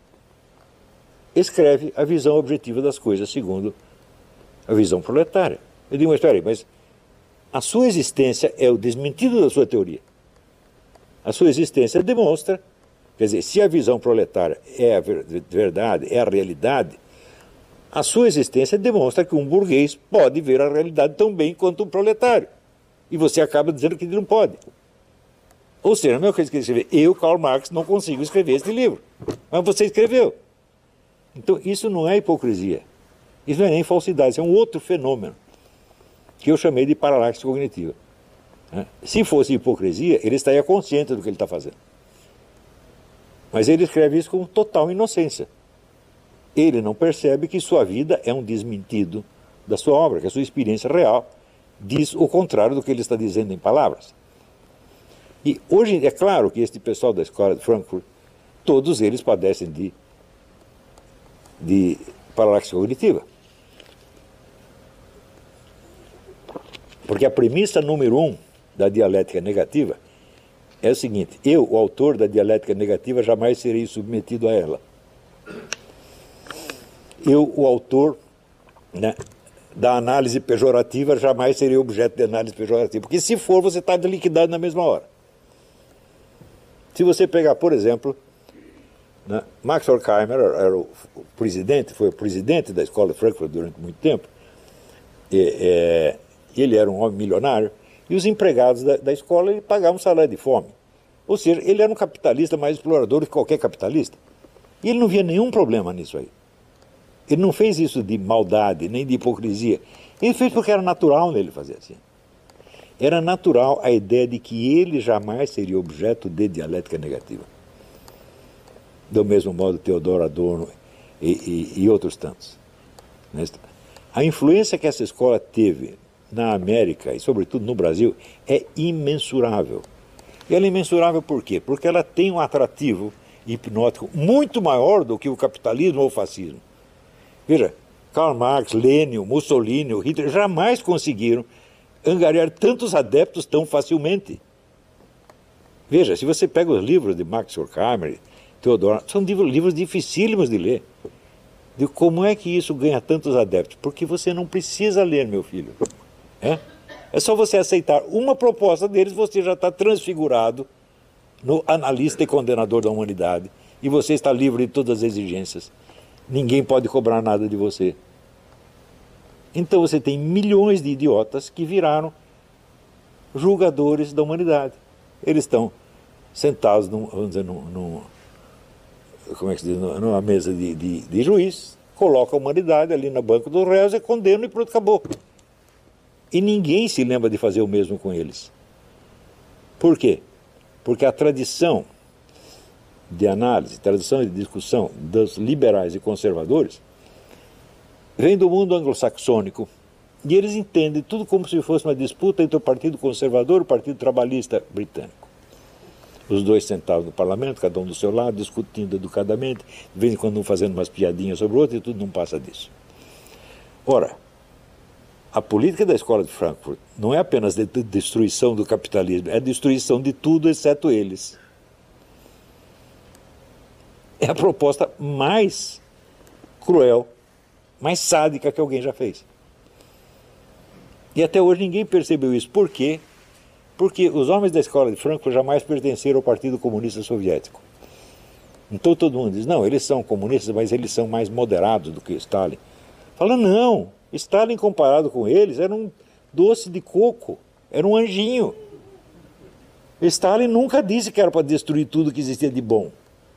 escreve a visão objetiva das coisas segundo a visão proletária. Eu digo, mas espera aí, mas a sua existência é o desmentido da sua teoria. A sua existência demonstra, quer dizer, se a visão proletária é a verdade, é a realidade, a sua existência demonstra que um burguês pode ver a realidade tão bem quanto um proletário. E você acaba dizendo que ele não pode. Ou seja, a mesma coisa que ele escrever, eu, Karl Marx, não consigo escrever este livro. Mas você escreveu. Então, isso não é hipocrisia. Isso não é nem falsidade, isso é um outro fenômeno que eu chamei de paralaxe cognitiva. Se fosse hipocrisia, ele estaria consciente do que ele está fazendo. Mas ele escreve isso com total inocência. Ele não percebe que sua vida é um desmentido da sua obra, que a sua experiência real diz o contrário do que ele está dizendo em palavras. E hoje é claro que este pessoal da Escola de Frankfurt, todos eles padecem de paralaxe cognitiva. Porque a premissa número 1 da dialética negativa é o seguinte: eu, o autor da dialética negativa, jamais serei submetido a ela. Eu, o autor, né, da análise pejorativa, jamais serei objeto de análise pejorativa. Porque se for, você está liquidado na mesma hora. Se você pegar, por exemplo, né, Max Horkheimer era o presidente, foi o presidente da escola de Frankfurt durante muito tempo. Ele era um homem milionário e os empregados da escola ele pagavam um salário de fome. Ou seja, ele era um capitalista mais explorador que qualquer capitalista. E ele não via nenhum problema nisso aí. Ele não fez isso de maldade, nem de hipocrisia. Ele fez porque era natural nele fazer assim. Era natural a ideia de que ele jamais seria objeto de dialética negativa. Do mesmo modo, Theodor Adorno e outros tantos. A influência que essa escola teve na América e, sobretudo, no Brasil, é imensurável. E ela é imensurável por quê? Porque ela tem um atrativo hipnótico muito maior do que o capitalismo ou o fascismo. Veja, Karl Marx, Lenin, Mussolini, Hitler jamais conseguiram angariar tantos adeptos tão facilmente. Veja, se você pega os livros de Max Horkheimer, Theodor, são livros dificílimos de ler. De como é que isso ganha tantos adeptos? Porque você não precisa ler, meu filho. É só você aceitar uma proposta deles, você já está transfigurado no analista e condenador da humanidade. E você está livre de todas as exigências. Ninguém pode cobrar nada de você. Então você tem milhões de idiotas que viraram julgadores da humanidade. Eles estão sentados como é que se diz, numa mesa de juiz, colocam a humanidade ali no banco dos réus e condenam e pronto, acabou. E ninguém se lembra de fazer o mesmo com eles. Por quê? Porque a tradição de análise, tradição de discussão dos liberais e conservadores vem do mundo anglo-saxônico e eles entendem tudo como se fosse uma disputa entre o Partido Conservador e o Partido Trabalhista britânico. Os dois sentados no parlamento, cada um do seu lado, discutindo educadamente, de vez em quando um fazendo umas piadinhas sobre o outro e tudo não passa disso. Ora, a política da escola de Frankfurt não é apenas de destruição do capitalismo, é a destruição de tudo exceto eles. É a proposta mais cruel, mais sádica que alguém já fez. E até hoje ninguém percebeu isso. Por quê? Porque os homens da escola de Frankfurt jamais pertenceram ao Partido Comunista Soviético. Então todo mundo diz, não, eles são comunistas, mas eles são mais moderados do que Stalin. Fala, não, Stalin comparado com eles era um doce de coco, era um anjinho. Stalin nunca disse que era para destruir tudo que existia de bom.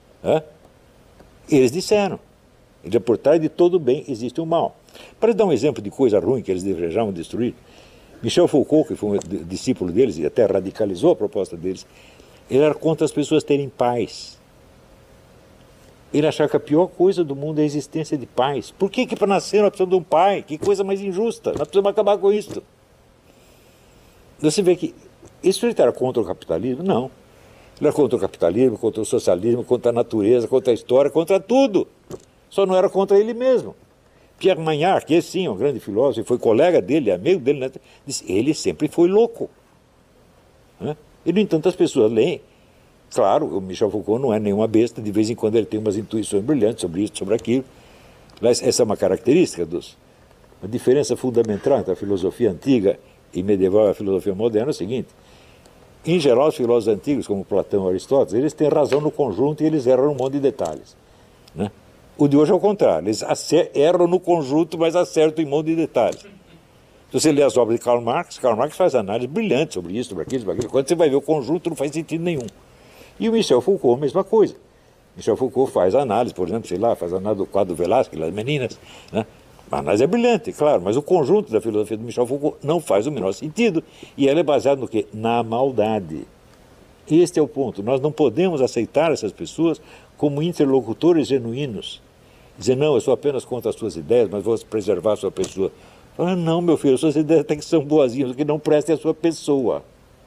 Eles disseram. Por trás de todo bem existe o mal. Para dar um exemplo de coisa ruim que eles desejavam destruir, Michel Foucault, que foi um discípulo deles e até radicalizou a proposta deles, ele era contra as pessoas terem pais. Ele achava que a pior coisa do mundo é a existência de pais. Por que para nascer nós precisamos de um pai? Que coisa mais injusta. Nós precisamos acabar com isso. Você vê que isso ele era contra o capitalismo? Não. Ele era contra o capitalismo, contra o socialismo, contra a natureza, contra a história, contra tudo. Só não era contra ele mesmo. Pierre Magnard, que sim, é um grande filósofo, foi colega dele, amigo dele, né? Disse, ele sempre foi louco. E, no entanto, as pessoas leem. Claro, o Michel Foucault não é nenhuma besta, de vez em quando ele tem umas intuições brilhantes sobre isso, sobre aquilo. Essa é uma característica a diferença fundamental entre a filosofia antiga e medieval e a filosofia moderna é o seguinte: em geral, os filósofos antigos, como Platão e Aristóteles, eles têm razão no conjunto e eles erram um monte de detalhes. O de hoje é o contrário, eles erram no conjunto, mas acertam em um monte de detalhes. Se você lê as obras de Karl Marx faz análises brilhantes sobre isso, sobre aquilo. Quando você vai ver o conjunto, não faz sentido nenhum. E o Michel Foucault, a mesma coisa. Michel Foucault faz análise, por exemplo, faz análise do quadro Velázquez, das meninas. A análise é brilhante, claro, mas o conjunto da filosofia do Michel Foucault não faz o menor sentido. E ela é baseada no quê? Na maldade. Este é o ponto. Nós não podemos aceitar essas pessoas como interlocutores genuínos. Dizer, não, eu sou apenas contra as suas ideias, mas vou preservar a sua pessoa. Fala, não, meu filho, as suas ideias até que são boazinhas, o que não presta é a sua pessoa.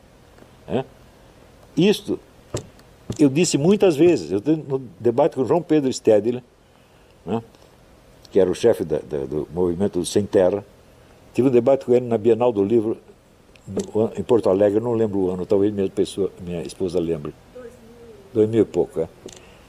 Isto, eu disse muitas vezes, no debate com João Pedro Stedler, que era o chefe do movimento Sem Terra, tive um debate com ele na Bienal do Livro em Porto Alegre, eu não lembro o ano, talvez minha esposa lembre. 2000 e pouco, é.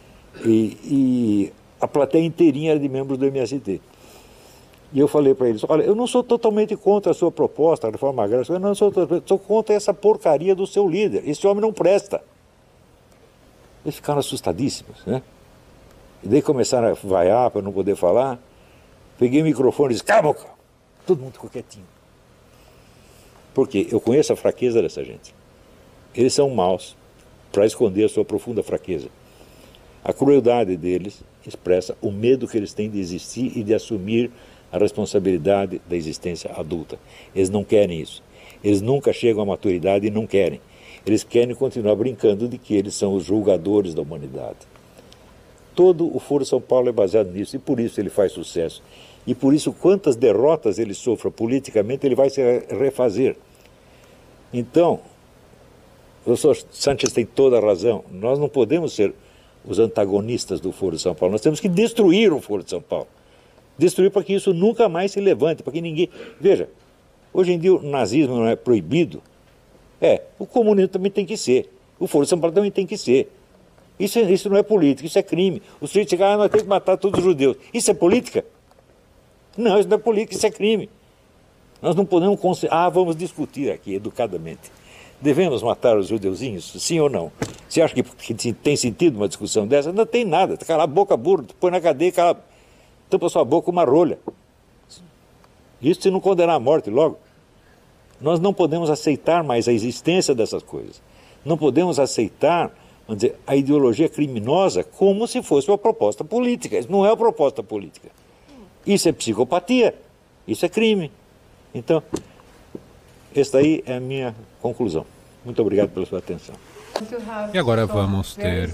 E a plateia inteirinha era de membros do MST. E eu falei para eles, olha, eu não sou totalmente contra a sua proposta, a reforma agrária, eu não sou contra essa porcaria do seu líder, esse homem não presta. Eles ficaram assustadíssimos, né? E daí começaram a vaiar para não poder falar. Peguei o microfone e disse, cala a boca! Todo mundo ficou quietinho. Porque eu conheço a fraqueza dessa gente. Eles são maus para esconder a sua profunda fraqueza. A crueldade deles expressa o medo que eles têm de existir e de assumir a responsabilidade da existência adulta. Eles não querem isso. Eles nunca chegam à maturidade e não querem. Eles querem continuar brincando de que eles são os julgadores da humanidade. Todo o Foro São Paulo é baseado nisso e por isso ele faz sucesso. E por isso, quantas derrotas ele sofra politicamente, ele vai se refazer. Então, o professor Sanchez tem toda a razão. Nós não podemos ser os antagonistas do Foro de São Paulo. Nós temos que destruir o Foro de São Paulo. Destruir para que isso nunca mais se levante, para que ninguém... Veja, hoje em dia o nazismo não é proibido. O comunismo também tem que ser. O Foro de São Paulo também tem que ser. Isso não é política, isso é crime. Os suíços chegam, nós temos que matar todos os judeus. Isso é política? Não, isso não é política, isso é crime. Nós não podemos... vamos discutir aqui, educadamente. Devemos matar os judeuzinhos, sim ou não? Você acha que tem sentido uma discussão dessa? Não tem nada. Cala a boca, burro, põe na cadeia, tampa sua boca com uma rolha. Isso se não condenar à morte logo. Nós não podemos aceitar mais a existência dessas coisas. Não podemos aceitar, vamos dizer, a ideologia criminosa como se fosse uma proposta política. Isso não é uma proposta política. Isso é psicopatia. Isso é crime. Então, esta aí é a minha conclusão. Muito obrigado pela sua atenção. E agora vamos ter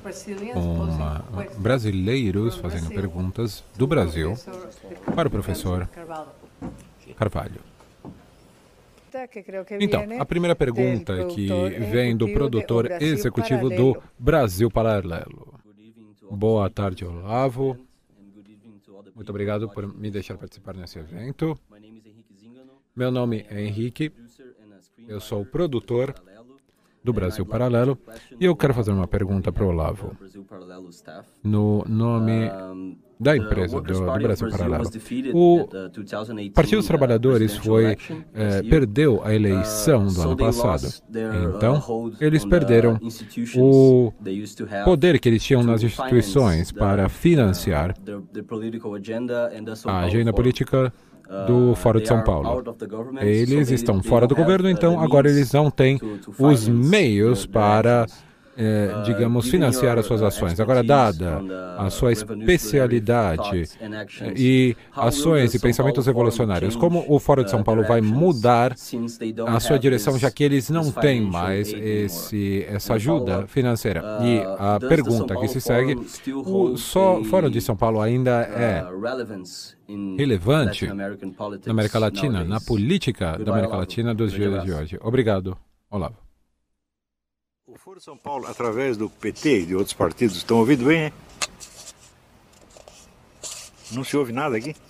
brasileiros fazendo perguntas do Brasil para o professor Carvalho. Então, a primeira pergunta é que vem do produtor executivo do Brasil Paralelo. Boa tarde, Olavo. Muito obrigado por me deixar participar nesse evento. Meu nome é Henrique, eu sou o produtor do Brasil Paralelo e eu quero fazer uma pergunta para o Olavo. No nome da empresa do Brasil Paralelo, o Partido dos Trabalhadores perdeu a eleição do ano passado. Então, eles perderam o poder que eles tinham nas instituições para financiar a agenda política do Foro de São Paulo. Eles estão fora do governo, então agora eles não têm os meios para, digamos, financiar as suas ações. Agora, dada a sua especialidade e ações e pensamentos revolucionários, como o Foro de São Paulo vai mudar a sua direção, já que eles não têm mais essa ajuda financeira? E a pergunta que se segue, o Foro de São Paulo ainda é relevante na América Latina, na política da América Latina dos dias de hoje? Obrigado, Olavo. O Foro de São Paulo, através do PT e de outros partidos, estão ouvindo bem, hein? Não se ouve nada aqui?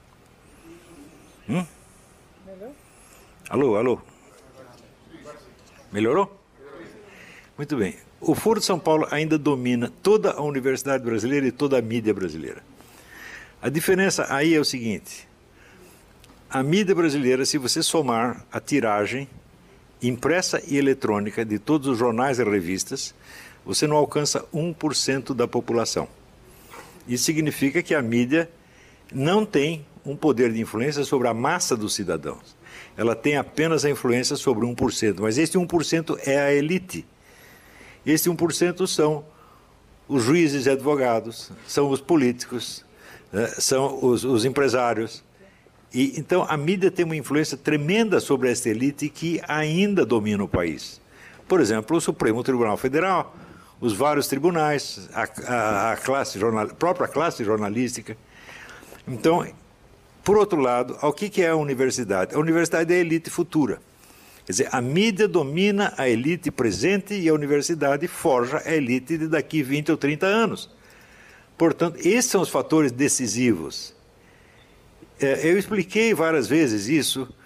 Alô, alô? Melhorou? Muito bem. O Foro de São Paulo ainda domina toda a universidade brasileira e toda a mídia brasileira. A diferença aí é o seguinte: a mídia brasileira, se você somar a tiragem impressa e eletrônica de todos os jornais e revistas, você não alcança 1% da população. Isso significa que a mídia não tem um poder de influência sobre a massa dos cidadãos. Ela tem apenas a influência sobre 1%, mas esse 1% é a elite. Esse 1% são os juízes e advogados, são os políticos, são os empresários. E então a mídia tem uma influência tremenda sobre esta elite que ainda domina o país. Por exemplo, o Supremo Tribunal Federal, os vários tribunais, a própria classe jornalística. Então, por outro lado, o que é a universidade? A universidade é a elite futura. Quer dizer, a mídia domina a elite presente e a universidade forja a elite de daqui 20 ou 30 anos. Portanto, esses são os fatores decisivos. Eu expliquei várias vezes isso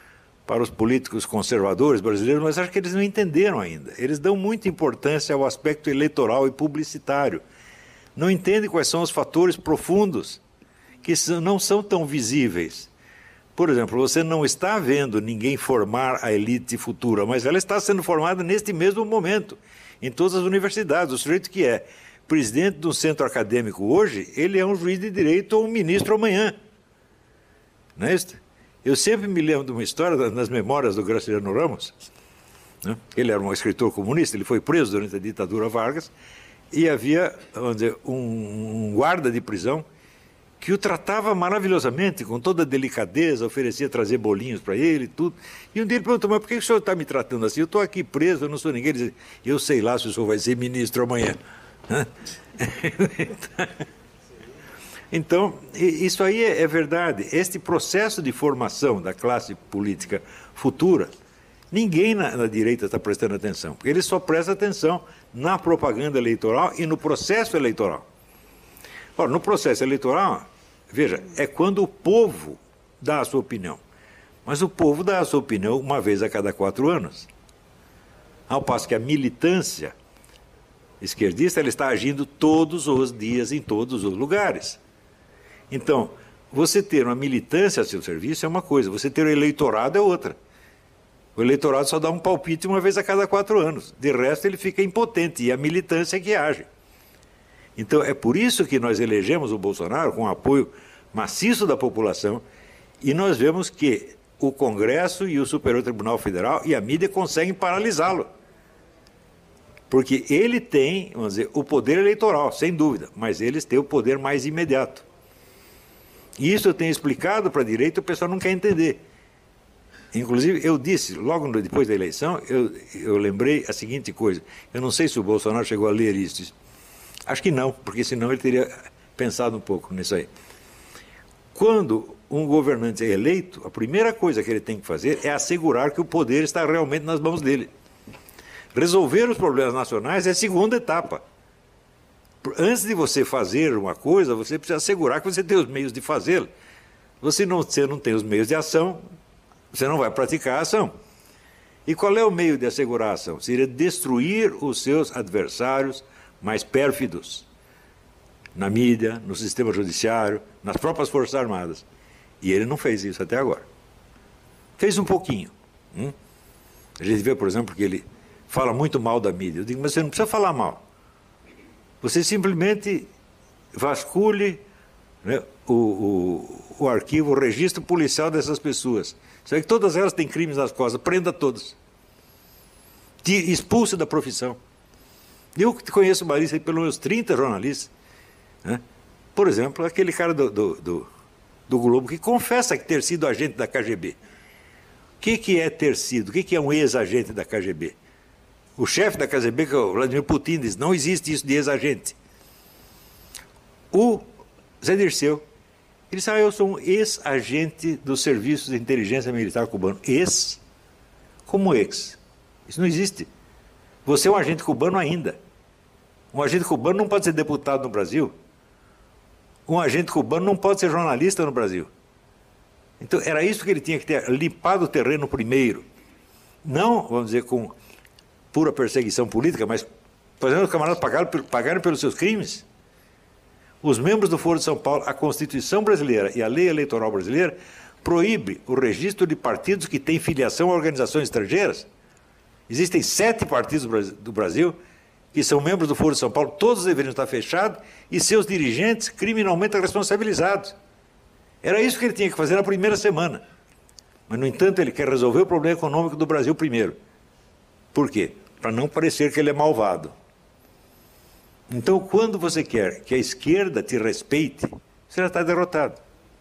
para os políticos conservadores brasileiros, mas acho que eles não entenderam ainda. Eles dão muita importância ao aspecto eleitoral e publicitário. Não entendem quais são os fatores profundos, que não são tão visíveis. Por exemplo, você não está vendo ninguém formar a elite futura, mas ela está sendo formada neste mesmo momento, em todas as universidades. O sujeito que é presidente de um centro acadêmico hoje, ele é um juiz de direito ou um ministro amanhã. Não é isso? Eu sempre me lembro de uma história nas memórias do Graciliano Ramos, né? Ele era um escritor comunista, ele foi preso durante a ditadura Vargas, e havia, vamos dizer, um guarda de prisão que o tratava maravilhosamente, com toda a delicadeza, oferecia trazer bolinhos para ele e tudo. E um dia ele perguntou, mas por que o senhor está me tratando assim? Eu estou aqui preso, eu não sou ninguém. Ele disse, eu sei lá se o senhor vai ser ministro amanhã. Então, isso aí é verdade. Este processo de formação da classe política futura, ninguém na direita está prestando atenção, porque ele só presta atenção na propaganda eleitoral e no processo eleitoral. Ora, no processo eleitoral, veja, é quando o povo dá a sua opinião. Mas o povo dá a sua opinião uma vez a cada 4 anos. Ao passo que a militância esquerdista ela está agindo todos os dias, em todos os lugares. Então, você ter uma militância a seu serviço é uma coisa, você ter o eleitorado é outra. O eleitorado só dá um palpite uma vez a cada 4 anos. De resto, ele fica impotente, e a militância é que age. Então, é por isso que nós elegemos o Bolsonaro com o apoio maciço da população, e nós vemos que o Congresso e o Superior Tribunal Federal e a mídia conseguem paralisá-lo. Porque ele tem, vamos dizer, o poder eleitoral, sem dúvida, mas eles têm o poder mais imediato. E isso eu tenho explicado para a direita, o pessoal não quer entender. Inclusive, eu disse, logo depois da eleição, eu lembrei a seguinte coisa. Eu não sei se o Bolsonaro chegou a ler isso. Acho que não, porque senão ele teria pensado um pouco nisso aí. Quando um governante é eleito, a primeira coisa que ele tem que fazer é assegurar que o poder está realmente nas mãos dele. Resolver os problemas nacionais é a segunda etapa. Antes de você fazer uma coisa, você precisa assegurar que você tem os meios de fazê-la. Você não tem os meios de ação, você não vai praticar a ação. E qual é o meio de assegurar a ação? Seria destruir os seus adversários mais pérfidos, na mídia, no sistema judiciário, nas próprias Forças Armadas. E ele não fez isso até agora. Fez um pouquinho. A gente vê, por exemplo, que ele fala muito mal da mídia. Eu digo, mas você não precisa falar mal. Você simplesmente vasculhe, né, o arquivo, o registro policial dessas pessoas. Você vê que todas elas têm crimes nas costas, prenda todas. Expulse da profissão. Eu conheço uma lista de pelo menos 30 jornalistas, né? Por exemplo, aquele cara do Globo que confessa que ter sido agente da KGB. O que é ter sido? O que é um ex-agente da KGB? O chefe da KGB, que é o Vladimir Putin, diz, não existe isso de ex-agente. O Zé Dirceu, ele disse, eu sou um ex-agente dos serviços de inteligência militar cubano. Ex? Como ex? Isso não existe. Você é um agente cubano ainda. Um agente cubano não pode ser deputado no Brasil. Um agente cubano não pode ser jornalista no Brasil. Então, era isso que ele tinha que ter, limpado o terreno primeiro. Não, vamos dizer, com pura perseguição política, mas fazendo os camaradas pagarem pelos seus crimes. Os membros do Foro de São Paulo, a Constituição brasileira e a lei eleitoral brasileira proíbe o registro de partidos que têm filiação a organizações estrangeiras. Existem 7 partidos do Brasil que são membros do Foro de São Paulo, todos deveriam estar fechados e seus dirigentes criminalmente responsabilizados. Era isso que ele tinha que fazer na primeira semana. Mas, no entanto, ele quer resolver o problema econômico do Brasil primeiro. Por quê? Para não parecer que ele é malvado. Então, quando você quer que a esquerda te respeite, você já está derrotado.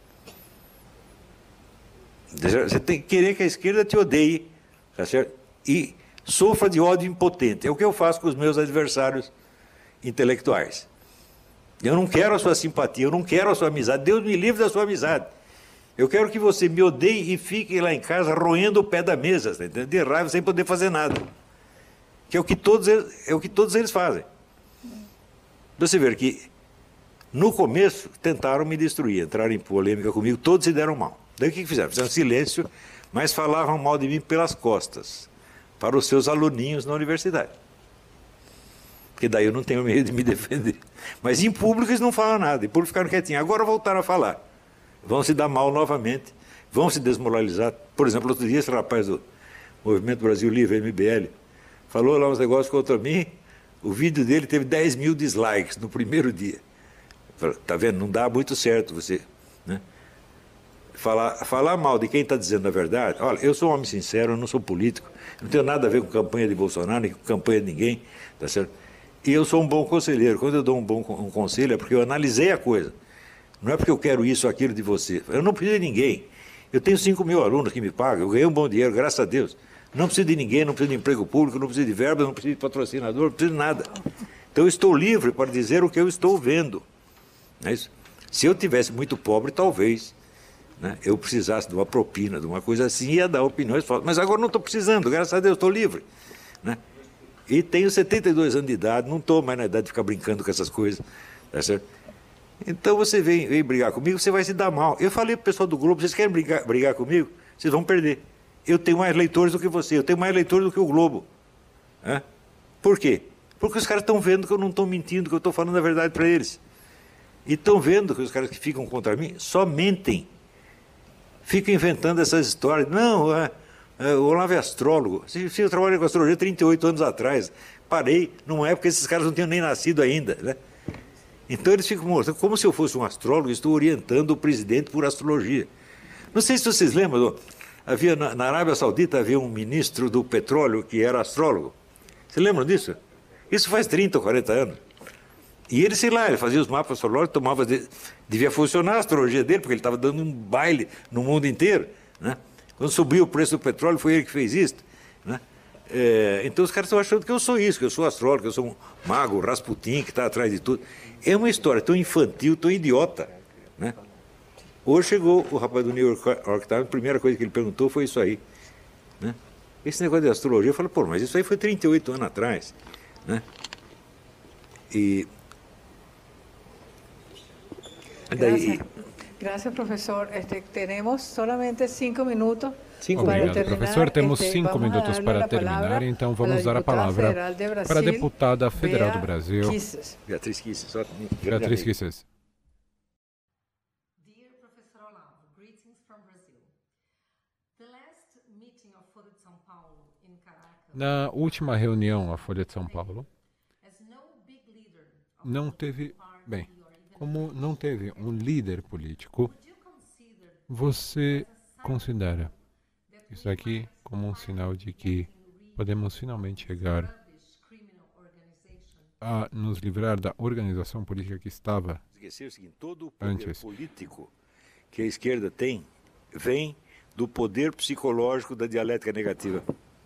Você tem que querer que a esquerda te odeie, tá certo? E sofra de ódio impotente. É o que eu faço com os meus adversários intelectuais. Eu não quero a sua simpatia, eu não quero a sua amizade. Deus me livre da sua amizade. Eu quero que você me odeie e fique lá em casa roendo o pé da mesa, tá entendendo? De raiva, sem poder fazer nada. Que é o que todos eles fazem. Você vê que, no começo, tentaram me destruir, entraram em polêmica comigo, todos se deram mal. Daí o que fizeram? Fizeram silêncio mas falavam mal de mim pelas costas, para os seus aluninhos na universidade. Porque daí eu não tenho medo de me defender. Mas em público eles não falam nada, em público ficaram quietinhos. Agora voltaram a falar. Vão se dar mal novamente, vão se desmoralizar. Por exemplo, outro dia esse rapaz do Movimento Brasil Livre, MBL, falou lá uns negócios contra mim, o vídeo dele teve 10 mil dislikes no primeiro dia. Tá vendo? Não dá muito certo você, né? Falar mal de quem está dizendo a verdade. Olha, eu sou um homem sincero, eu não sou político, não tenho nada a ver com campanha de Bolsonaro, nem com campanha de ninguém, tá certo? E eu sou um bom conselheiro. Quando eu dou um conselho é porque eu analisei a coisa. Não é porque eu quero isso ou aquilo de você. Eu não preciso de ninguém. Eu tenho 5 mil alunos que me pagam, eu ganhei um bom dinheiro, graças a Deus. Não preciso de ninguém, não preciso de emprego público, não preciso de verba, não preciso de patrocinador, não preciso de nada. Então eu estou livre para dizer o que eu estou vendo. Não é isso? Se eu tivesse muito pobre, talvez, né, eu precisasse de uma propina, de uma coisa assim, ia dar opiniões fortes. Mas agora não estou precisando, graças a Deus, estou livre. Né? E tenho 72 anos de idade, não estou mais na idade de ficar brincando com essas coisas. Tá certo? Então você vem brigar comigo, você vai se dar mal. Eu falei para o pessoal do Globo, vocês querem brigar comigo? Vocês vão perder. Eu tenho mais leitores do que você, eu tenho mais leitores do que o Globo. Né? Por quê? Porque os caras estão vendo que eu não estou mentindo, que eu estou falando a verdade para eles. E estão vendo que os caras que ficam contra mim só mentem. Ficam inventando essas histórias. Não, o Olavo é astrólogo. Eu trabalhei com astrologia 38 anos atrás. Parei numa época que esses caras não tinham nem nascido ainda. Né? Então eles ficam mostrando, como se eu fosse um astrólogo, estou orientando o presidente por astrologia. Não sei se vocês lembram, havia na Arábia Saudita havia um ministro do petróleo que era astrólogo. Vocês lembram disso? Isso faz 30 ou 40 anos. E ele, sei lá, ele fazia os mapas astrológicos, devia funcionar a astrologia dele, porque ele estava dando um baile no mundo inteiro. Né? Quando subiu o preço do petróleo, foi ele que fez isso. Né? Então os caras estão achando que eu sou isso, que eu sou astrólogo, que eu sou um mago, Rasputin, que está atrás de tudo. É uma história tão infantil, tão idiota. Né? Hoje chegou o rapaz do New York Times, a primeira coisa que ele perguntou foi isso aí. Né? Esse negócio de astrologia, eu falei, pô, mas isso aí foi 38 anos atrás. Né? E Gracias, profesor. Tenemos solamente 5 minutos. Obrigado, professor. Temos 5 minutos para terminar, então vamos dar a palavra para a deputada federal do Brasil, Beatriz Kisses. Beatriz Kisses. Dear Professor Olavo, greetings from Brazil. The last meeting of Folha de São Paulo in Caracas. Na última reunião, a Folha de São Paulo não teve, bem, como não teve um líder político, você considera isso aqui como um sinal de que podemos finalmente chegar a nos livrar da organização política que estava Esquecer o seguinte, todo o poder antes político que a esquerda tem vem do poder psicológico da dialética negativa.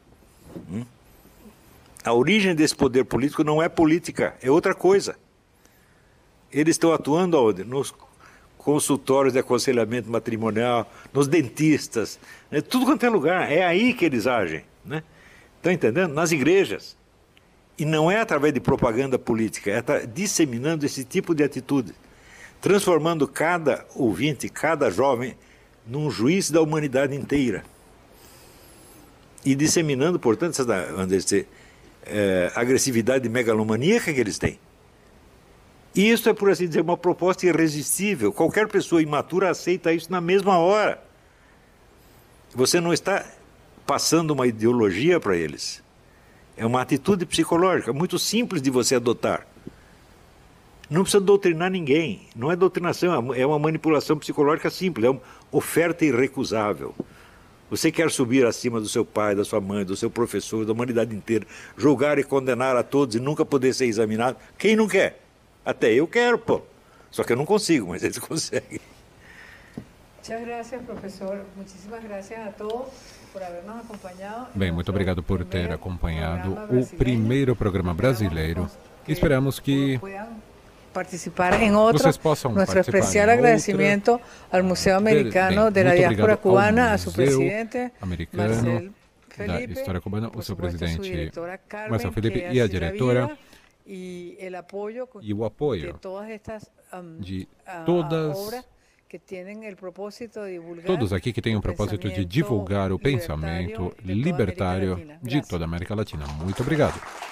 A origem desse poder político não é política, é outra coisa. Eles estão atuando aonde? Nos consultórios de aconselhamento matrimonial, nos dentistas, né? Tudo quanto é lugar, é aí que eles agem. Né? Estão entendendo? Nas igrejas. E não é através de propaganda política, é disseminando esse tipo de atitude, transformando cada ouvinte, cada jovem, num juiz da humanidade inteira. E disseminando, portanto, essa agressividade megalomaníaca que eles têm. E isso é, por assim dizer, uma proposta irresistível. Qualquer pessoa imatura aceita isso na mesma hora. Você não está passando uma ideologia para eles. É uma atitude psicológica, muito simples de você adotar. Não precisa doutrinar ninguém. Não é doutrinação, é uma manipulação psicológica simples, é uma oferta irrecusável. Você quer subir acima do seu pai, da sua mãe, do seu professor, da humanidade inteira, julgar e condenar a todos e nunca poder ser examinado? Quem não quer? Até eu quero, pô. Só que eu não consigo, mas eles conseguem. Muchas gracias, professor. Muchísimas gracias a todos por habernos acompanhado. Bem, muito obrigado por ter acompanhado o primeiro programa brasileiro. Esperamos que participar em outro. Vocês possam Nuestro participar especial agradecimiento al Museo Americano de la Diáspora Cubana, a su presidente, Marcel da História Cubana, o seu presidente Marcel Felipe Felipe e a diretora, e o apoio de todas Todos aqui que têm o propósito de divulgar o pensamento libertário de toda a América Latina. Muito obrigado.